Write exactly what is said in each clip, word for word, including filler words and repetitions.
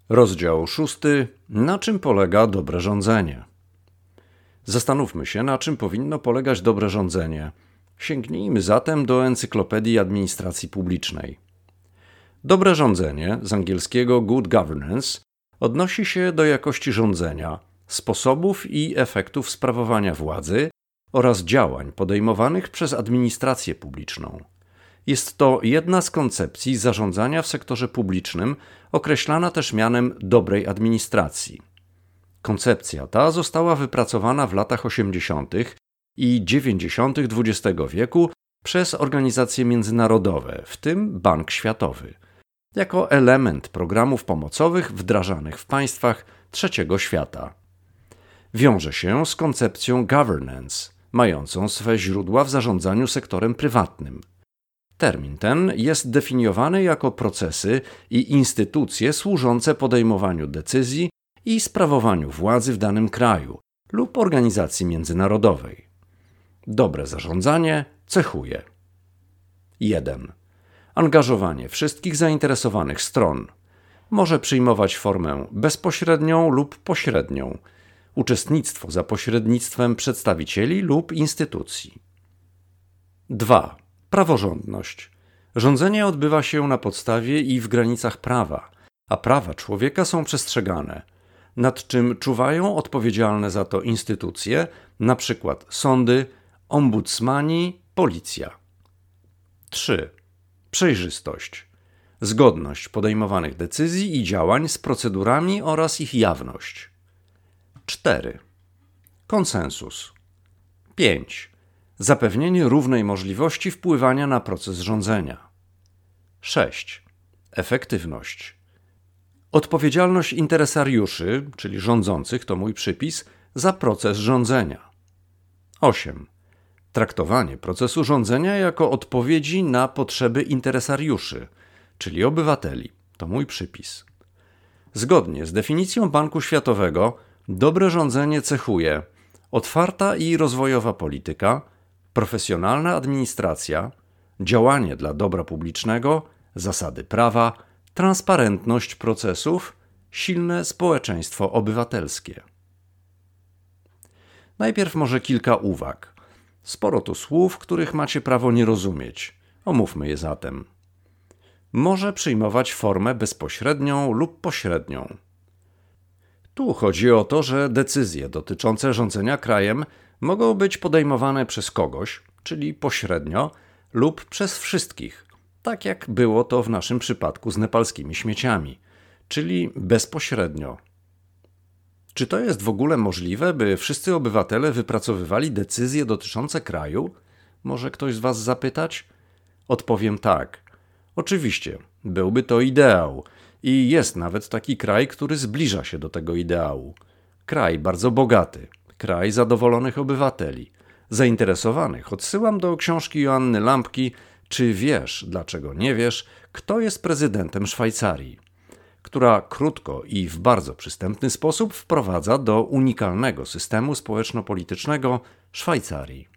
Rozdział szósty. Na czym polega dobre rządzenie? Zastanówmy się, na czym powinno polegać dobre rządzenie. Sięgnijmy zatem do Encyklopedii Administracji Publicznej. Dobre rządzenie, z angielskiego good governance, odnosi się do jakości rządzenia, sposobów i efektów sprawowania władzy oraz działań podejmowanych przez administrację publiczną. Jest to jedna z koncepcji zarządzania w sektorze publicznym, określana też mianem dobrej administracji. Koncepcja ta została wypracowana w latach osiemdziesiątych i dziewięćdziesiątych dwudziestego wieku przez organizacje międzynarodowe, w tym Bank Światowy, jako element programów pomocowych wdrażanych w państwach trzeciego świata. Wiąże się z koncepcją governance, mającą swe źródła w zarządzaniu sektorem prywatnym. Termin ten jest definiowany jako procesy i instytucje służące podejmowaniu decyzji i sprawowaniu władzy w danym kraju lub organizacji międzynarodowej. Dobre zarządzanie cechuje jeden. Angażowanie wszystkich zainteresowanych stron. Może przyjmować formę bezpośrednią lub pośrednią. Uczestnictwo za pośrednictwem przedstawicieli lub instytucji. dwa. Praworządność. Rządzenie odbywa się na podstawie i w granicach prawa, a prawa człowieka są przestrzegane, nad czym czuwają odpowiedzialne za to instytucje, np. sądy, ombudsmani, policja. trzy. Przejrzystość. Zgodność podejmowanych decyzji i działań z procedurami oraz ich jawność. cztery. Konsensus. pięć. Zapewnienie równej możliwości wpływania na proces rządzenia. sześć. Efektywność. Odpowiedzialność interesariuszy, czyli rządzących, to mój przypis, za proces rządzenia. osiem. Traktowanie procesu rządzenia jako odpowiedzi na potrzeby interesariuszy, czyli obywateli, to mój przypis. Zgodnie z definicją Banku Światowego, dobre rządzenie cechuje otwarta i rozwojowa polityka, profesjonalna administracja, działanie dla dobra publicznego, zasady prawa, transparentność procesów, silne społeczeństwo obywatelskie. Najpierw może kilka uwag. Sporo tu słów, których macie prawo nie rozumieć. Omówmy je zatem. Może przyjmować formę bezpośrednią lub pośrednią. Tu chodzi o to, że decyzje dotyczące rządzenia krajem mogą być podejmowane przez kogoś, czyli pośrednio, lub przez wszystkich, tak jak było to w naszym przypadku z nepalskimi śmieciami, czyli bezpośrednio. Czy to jest w ogóle możliwe, by wszyscy obywatele wypracowywali decyzje dotyczące kraju? Może ktoś z was zapytać? Odpowiem tak. Oczywiście, byłby to ideał i jest nawet taki kraj, który zbliża się do tego ideału. Kraj bardzo bogaty, kraj zadowolonych obywateli. Zainteresowanych odsyłam do książki Joanny Lampki Czy wiesz, dlaczego nie wiesz, kto jest prezydentem Szwajcarii, która krótko i w bardzo przystępny sposób wprowadza do unikalnego systemu społeczno-politycznego Szwajcarii.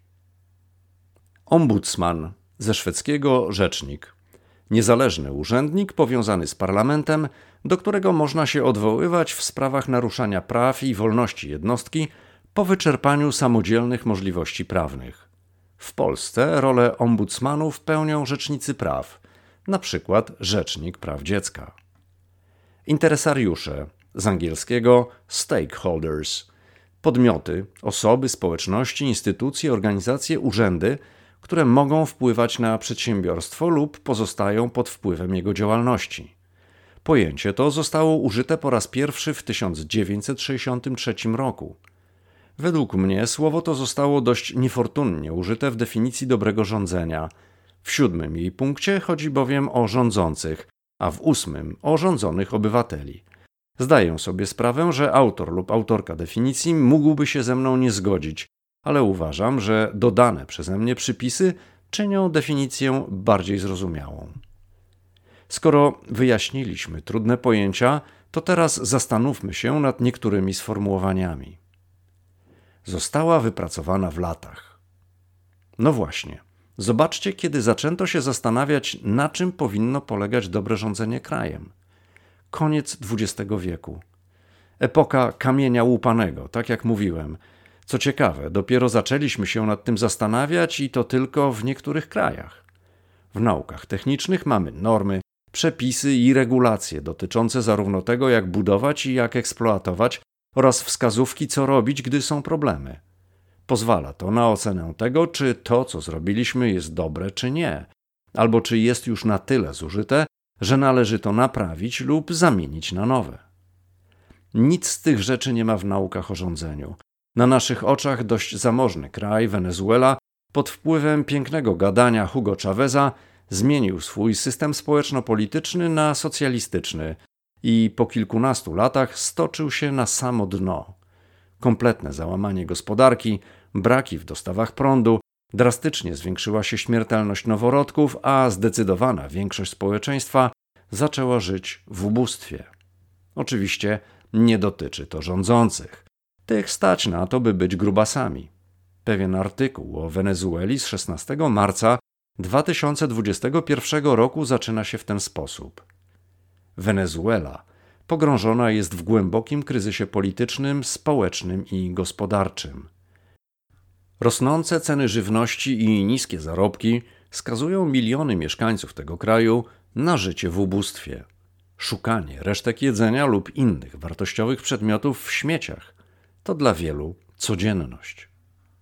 Ombudsman, ze szwedzkiego rzecznik. Niezależny urzędnik powiązany z parlamentem, do którego można się odwoływać w sprawach naruszania praw i wolności jednostki po wyczerpaniu samodzielnych możliwości prawnych. W Polsce rolę ombudsmanów pełnią rzecznicy praw, na przykład Rzecznik Praw Dziecka. Interesariusze, z angielskiego stakeholders, podmioty, osoby, społeczności, instytucje, organizacje, urzędy, które mogą wpływać na przedsiębiorstwo lub pozostają pod wpływem jego działalności. Pojęcie to zostało użyte po raz pierwszy w tysiąc dziewięćset sześćdziesiątym trzecim roku. Według mnie słowo to zostało dość niefortunnie użyte w definicji dobrego rządzenia. W siódmym jej punkcie chodzi bowiem o rządzących, a w ósmym o rządzonych obywateli. Zdaję sobie sprawę, że autor lub autorka definicji mógłby się ze mną nie zgodzić, ale uważam, że dodane przeze mnie przypisy czynią definicję bardziej zrozumiałą. Skoro wyjaśniliśmy trudne pojęcia, to teraz zastanówmy się nad niektórymi sformułowaniami. Została wypracowana w latach. No właśnie, zobaczcie, kiedy zaczęto się zastanawiać, na czym powinno polegać dobre rządzenie krajem. Koniec dwudziestego wieku. Epoka kamienia łupanego, tak jak mówiłem. Co ciekawe, dopiero zaczęliśmy się nad tym zastanawiać i to tylko w niektórych krajach. W naukach technicznych mamy normy, przepisy i regulacje dotyczące zarówno tego, jak budować i jak eksploatować, oraz wskazówki, co robić, gdy są problemy. Pozwala to na ocenę tego, czy to, co zrobiliśmy, jest dobre, czy nie, albo czy jest już na tyle zużyte, że należy to naprawić lub zamienić na nowe. Nic z tych rzeczy nie ma w naukach o rządzeniu. Na naszych oczach dość zamożny kraj, Wenezuela, pod wpływem pięknego gadania Hugo Chaveza zmienił swój system społeczno-polityczny na socjalistyczny i po kilkunastu latach stoczył się na samo dno. Kompletne załamanie gospodarki, braki w dostawach prądu, drastycznie zwiększyła się śmiertelność noworodków, a zdecydowana większość społeczeństwa zaczęła żyć w ubóstwie. Oczywiście nie dotyczy to rządzących. Tych stać na to, by być grubasami. Pewien artykuł o Wenezueli z szesnastego marca dwa tysiące dwudziestego pierwszego roku zaczyna się w ten sposób. Wenezuela pogrążona jest w głębokim kryzysie politycznym, społecznym i gospodarczym. Rosnące ceny żywności i niskie zarobki skazują miliony mieszkańców tego kraju na życie w ubóstwie. Szukanie resztek jedzenia lub innych wartościowych przedmiotów w śmieciach to dla wielu codzienność.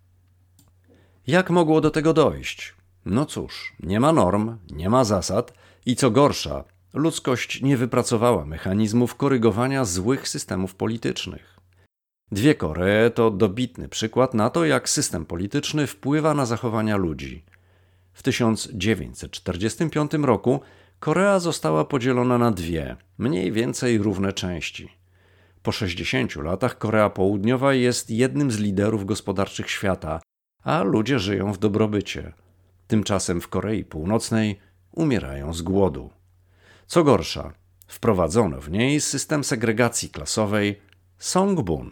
Jak mogło do tego dojść? No cóż, nie ma norm, nie ma zasad i co gorsza, ludzkość nie wypracowała mechanizmów korygowania złych systemów politycznych. Dwie Koree to dobitny przykład na to, jak system polityczny wpływa na zachowania ludzi. W tysiąc dziewięćset czterdziestym piątym roku Korea została podzielona na dwie, mniej więcej równe części. Po sześćdziesięciu latach Korea Południowa jest jednym z liderów gospodarczych świata, a ludzie żyją w dobrobycie. Tymczasem w Korei Północnej umierają z głodu. Co gorsza, wprowadzono w niej system segregacji klasowej Songbun.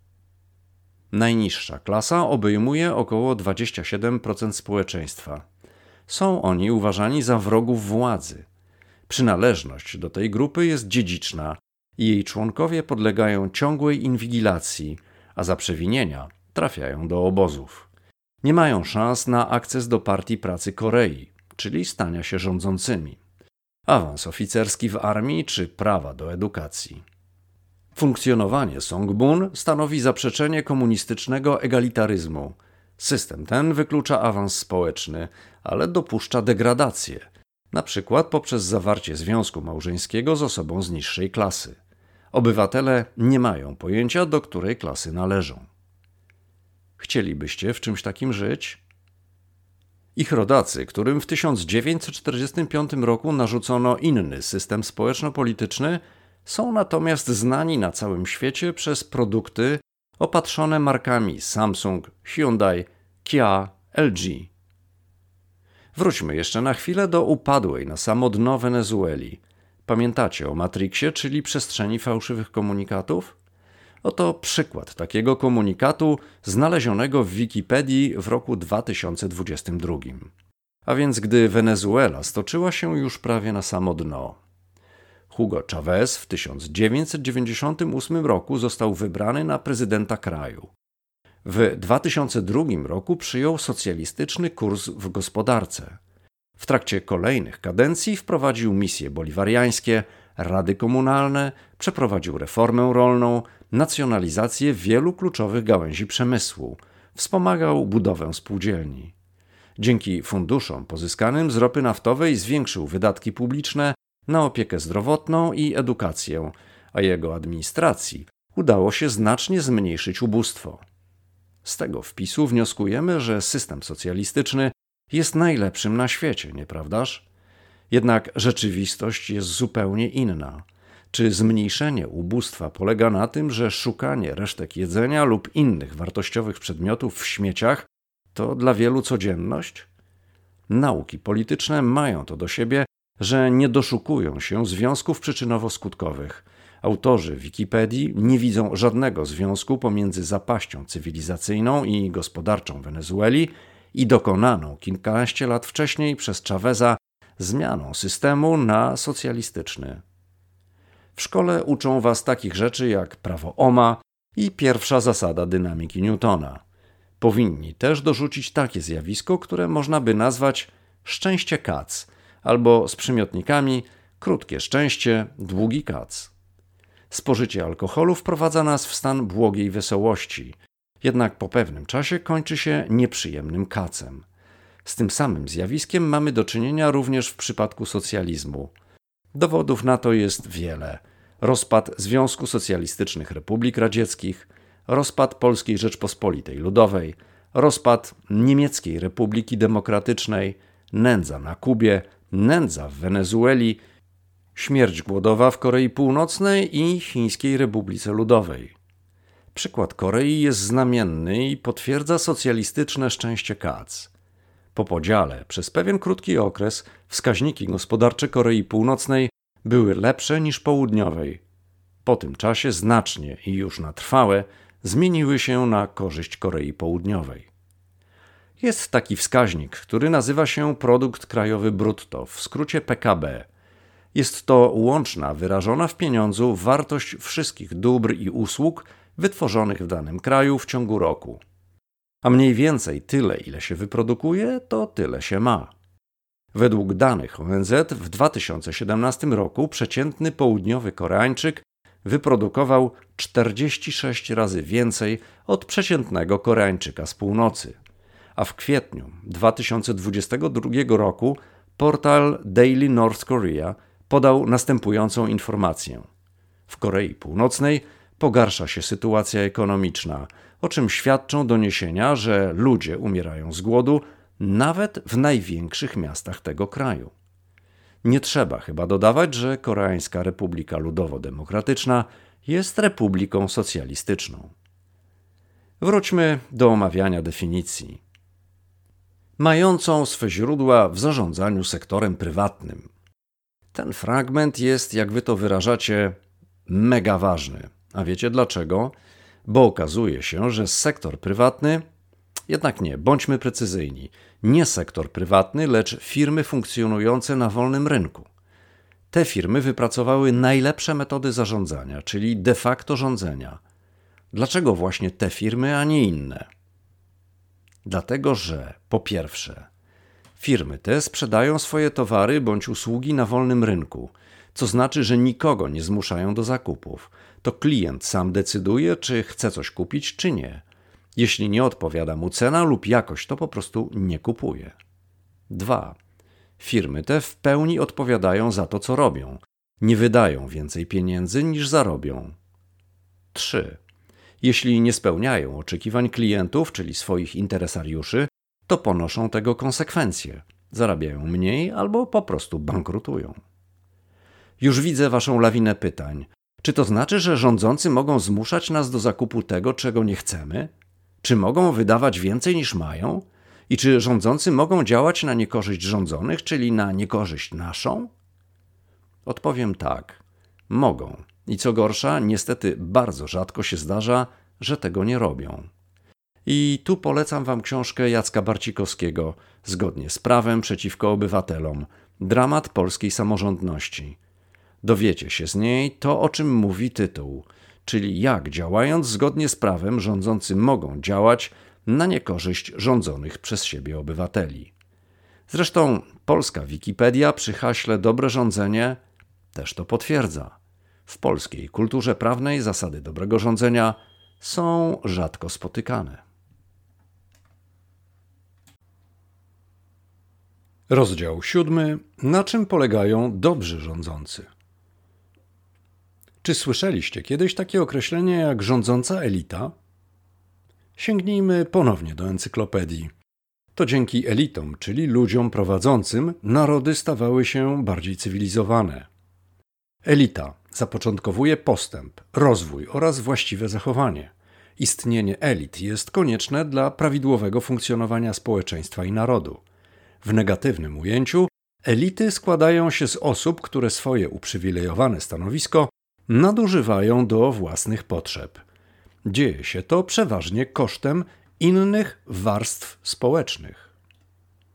Najniższa klasa obejmuje około dwadzieścia siedem procent społeczeństwa. Są oni uważani za wrogów władzy. Przynależność do tej grupy jest dziedziczna i jej członkowie podlegają ciągłej inwigilacji, a za przewinienia trafiają do obozów. Nie mają szans na akces do Partii Pracy Korei, czyli stania się rządzącymi, awans oficerski w armii czy prawa do edukacji. Funkcjonowanie Songbun stanowi zaprzeczenie komunistycznego egalitaryzmu. System ten wyklucza awans społeczny, ale dopuszcza degradację, na przykład poprzez zawarcie związku małżeńskiego z osobą z niższej klasy. Obywatele nie mają pojęcia, do której klasy należą. Chcielibyście w czymś takim żyć? Ich rodacy, którym w tysiąc dziewięćset czterdziestym piątym roku narzucono inny system społeczno-polityczny, są natomiast znani na całym świecie przez produkty opatrzone markami Samsung, Hyundai, Kia, L G. Wróćmy jeszcze na chwilę do upadłej na samo dno Wenezueli. Pamiętacie o Matrixie, czyli przestrzeni fałszywych komunikatów? Oto przykład takiego komunikatu znalezionego w Wikipedii w roku dwa tysiące dwudziestym drugim. A więc gdy Wenezuela stoczyła się już prawie na samo dno. Hugo Chavez w tysiąc dziewięćset dziewięćdziesiątym ósmym roku został wybrany na prezydenta kraju. W dwa tysiące drugim roku przyjął socjalistyczny kurs w gospodarce. W trakcie kolejnych kadencji wprowadził misje boliwariańskie, rady komunalne, przeprowadził reformę rolną, nacjonalizację wielu kluczowych gałęzi przemysłu, wspomagał budowę spółdzielni. Dzięki funduszom pozyskanym z ropy naftowej zwiększył wydatki publiczne na opiekę zdrowotną i edukację, a jego administracji udało się znacznie zmniejszyć ubóstwo. Z tego wpisu wnioskujemy, że system socjalistyczny jest najlepszym na świecie, nieprawdaż? Jednak rzeczywistość jest zupełnie inna. Czy zmniejszenie ubóstwa polega na tym, że szukanie resztek jedzenia lub innych wartościowych przedmiotów w śmieciach to dla wielu codzienność? Nauki polityczne mają to do siebie, że nie doszukują się związków przyczynowo-skutkowych. Autorzy Wikipedii nie widzą żadnego związku pomiędzy zapaścią cywilizacyjną i gospodarczą Wenezueli i dokonaną kilkanaście lat wcześniej przez Chaveza zmianą systemu na socjalistyczny. W szkole uczą was takich rzeczy jak prawo Ohma i pierwsza zasada dynamiki Newtona. Powinni też dorzucić takie zjawisko, które można by nazwać szczęście kac, albo z przymiotnikami krótkie szczęście, długi kac. Spożycie alkoholu wprowadza nas w stan błogiej wesołości, jednak po pewnym czasie kończy się nieprzyjemnym kacem. Z tym samym zjawiskiem mamy do czynienia również w przypadku socjalizmu. Dowodów na to jest wiele. Rozpad Związku Socjalistycznych Republik Radzieckich, rozpad Polskiej Rzeczpospolitej Ludowej, rozpad Niemieckiej Republiki Demokratycznej, nędza na Kubie, nędza w Wenezueli, śmierć głodowa w Korei Północnej i Chińskiej Republice Ludowej. Przykład Korei jest znamienny i potwierdza socjalistyczne szczęście kac. Po podziale przez pewien krótki okres wskaźniki gospodarcze Korei Północnej były lepsze niż południowej. Po tym czasie znacznie i już na trwałe zmieniły się na korzyść Korei Południowej. Jest taki wskaźnik, który nazywa się produkt krajowy brutto, w skrócie P K B. Jest to łączna, wyrażona w pieniądzu wartość wszystkich dóbr i usług wytworzonych w danym kraju w ciągu roku. A mniej więcej tyle, ile się wyprodukuje, to tyle się ma. Według danych O N Z w dwa tysiące siedemnastym roku przeciętny południowy Koreańczyk wyprodukował czterdzieści sześć razy więcej od przeciętnego Koreańczyka z północy. A w kwietniu dwa tysiące dwudziestego drugiego roku portal Daily North Korea podał następującą informację. W Korei Północnej pogarsza się sytuacja ekonomiczna, o czym świadczą doniesienia, że ludzie umierają z głodu nawet w największych miastach tego kraju. Nie trzeba chyba dodawać, że Koreańska Republika Ludowo-Demokratyczna jest republiką socjalistyczną. Wróćmy do omawiania definicji. Mającą swe źródła w zarządzaniu sektorem prywatnym. Ten fragment jest, jak wy to wyrażacie, mega ważny. A wiecie dlaczego? Bo okazuje się, że sektor prywatny, jednak nie, bądźmy precyzyjni, nie sektor prywatny, lecz firmy funkcjonujące na wolnym rynku. Te firmy wypracowały najlepsze metody zarządzania, czyli de facto rządzenia. Dlaczego właśnie te firmy, a nie inne? Dlatego, że po pierwsze, firmy te sprzedają swoje towary bądź usługi na wolnym rynku, co znaczy, że nikogo nie zmuszają do zakupów. To klient sam decyduje, czy chce coś kupić, czy nie. Jeśli nie odpowiada mu cena lub jakość, to po prostu nie kupuje. Dwa. Firmy te w pełni odpowiadają za to, co robią. Nie wydają więcej pieniędzy niż zarobią. Trzy. Jeśli nie spełniają oczekiwań klientów, czyli swoich interesariuszy, to ponoszą tego konsekwencje. Zarabiają mniej albo po prostu bankrutują. Już widzę waszą lawinę pytań. Czy to znaczy, że rządzący mogą zmuszać nas do zakupu tego, czego nie chcemy? Czy mogą wydawać więcej niż mają? I czy rządzący mogą działać na niekorzyść rządzonych, czyli na niekorzyść naszą? Odpowiem tak. Mogą. I co gorsza, niestety bardzo rzadko się zdarza, że tego nie robią. I tu polecam wam książkę Jacka Barcikowskiego Zgodnie z prawem przeciwko obywatelom. Dramat polskiej samorządności. Dowiecie się z niej to, o czym mówi tytuł, czyli jak działając zgodnie z prawem rządzący mogą działać na niekorzyść rządzonych przez siebie obywateli. Zresztą polska Wikipedia przy haśle dobre rządzenie też to potwierdza. W polskiej kulturze prawnej zasady dobrego rządzenia są rzadko spotykane. Rozdział siódmy. Na czym polegają dobrzy rządzący? Czy słyszeliście kiedyś takie określenie jak rządząca elita? Sięgnijmy ponownie do encyklopedii. To dzięki elitom, czyli ludziom prowadzącym, narody stawały się bardziej cywilizowane. Elita zapoczątkowuje postęp, rozwój oraz właściwe zachowanie. Istnienie elit jest konieczne dla prawidłowego funkcjonowania społeczeństwa i narodu. W negatywnym ujęciu elity składają się z osób, które swoje uprzywilejowane stanowisko nadużywają do własnych potrzeb. Dzieje się to przeważnie kosztem innych warstw społecznych.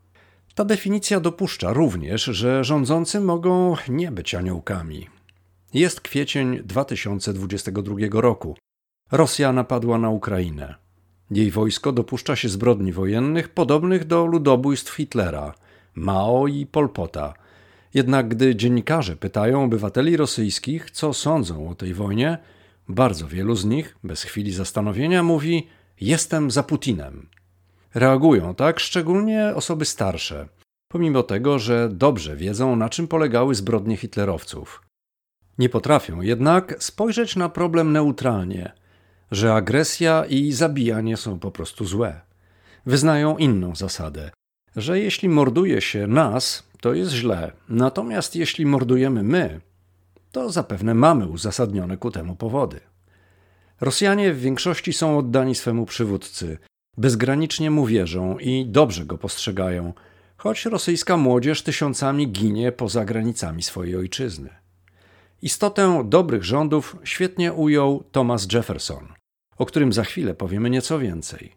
Ta definicja dopuszcza również, że rządzący mogą nie być aniołkami. Jest kwiecień dwa tysiące dwudziestego drugiego roku. Rosja napadła na Ukrainę. Jej wojsko dopuszcza się zbrodni wojennych podobnych do ludobójstw Hitlera, Mao i Pol Pota. Jednak gdy dziennikarze pytają obywateli rosyjskich, co sądzą o tej wojnie, bardzo wielu z nich, bez chwili zastanowienia, mówi: jestem za Putinem. Reagują tak szczególnie osoby starsze, pomimo tego, że dobrze wiedzą, na czym polegały zbrodnie hitlerowców. Nie potrafią jednak spojrzeć na problem neutralnie, że agresja i zabijanie są po prostu złe. Wyznają inną zasadę, że jeśli morduje się nas, to jest źle, natomiast jeśli mordujemy my, to zapewne mamy uzasadnione ku temu powody. Rosjanie w większości są oddani swemu przywódcy, bezgranicznie mu wierzą i dobrze go postrzegają, choć rosyjska młodzież tysiącami ginie poza granicami swojej ojczyzny. Istotę dobrych rządów świetnie ujął Thomas Jefferson, o którym za chwilę powiemy nieco więcej.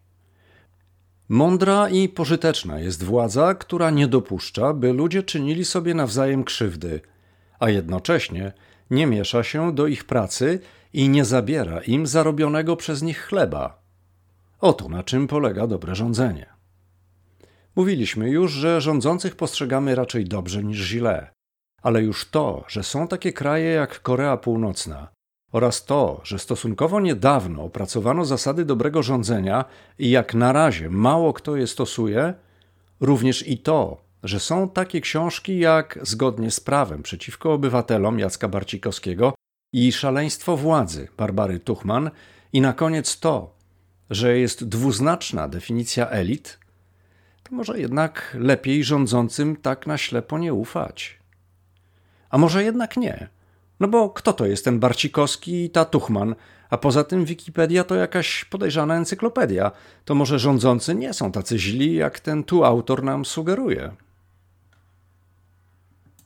Mądra i pożyteczna jest władza, która nie dopuszcza, by ludzie czynili sobie nawzajem krzywdy, a jednocześnie nie miesza się do ich pracy i nie zabiera im zarobionego przez nich chleba. Oto na czym polega dobre rządzenie. Mówiliśmy już, że rządzących postrzegamy raczej dobrze niż źle, ale już to, że są takie kraje jak Korea Północna oraz to, że stosunkowo niedawno opracowano zasady dobrego rządzenia i jak na razie mało kto je stosuje, również i to, że są takie książki jak Zgodnie z prawem przeciwko obywatelom Jacka Barcikowskiego i Szaleństwo władzy Barbary Tuchman i na koniec to, że jest dwuznaczna definicja elit, to może jednak lepiej rządzącym tak na ślepo nie ufać. A może jednak nie, no bo kto to jest ten Barcikowski i ta Tuchman, a poza tym Wikipedia to jakaś podejrzana encyklopedia, to może rządzący nie są tacy źli, jak ten tu autor nam sugeruje.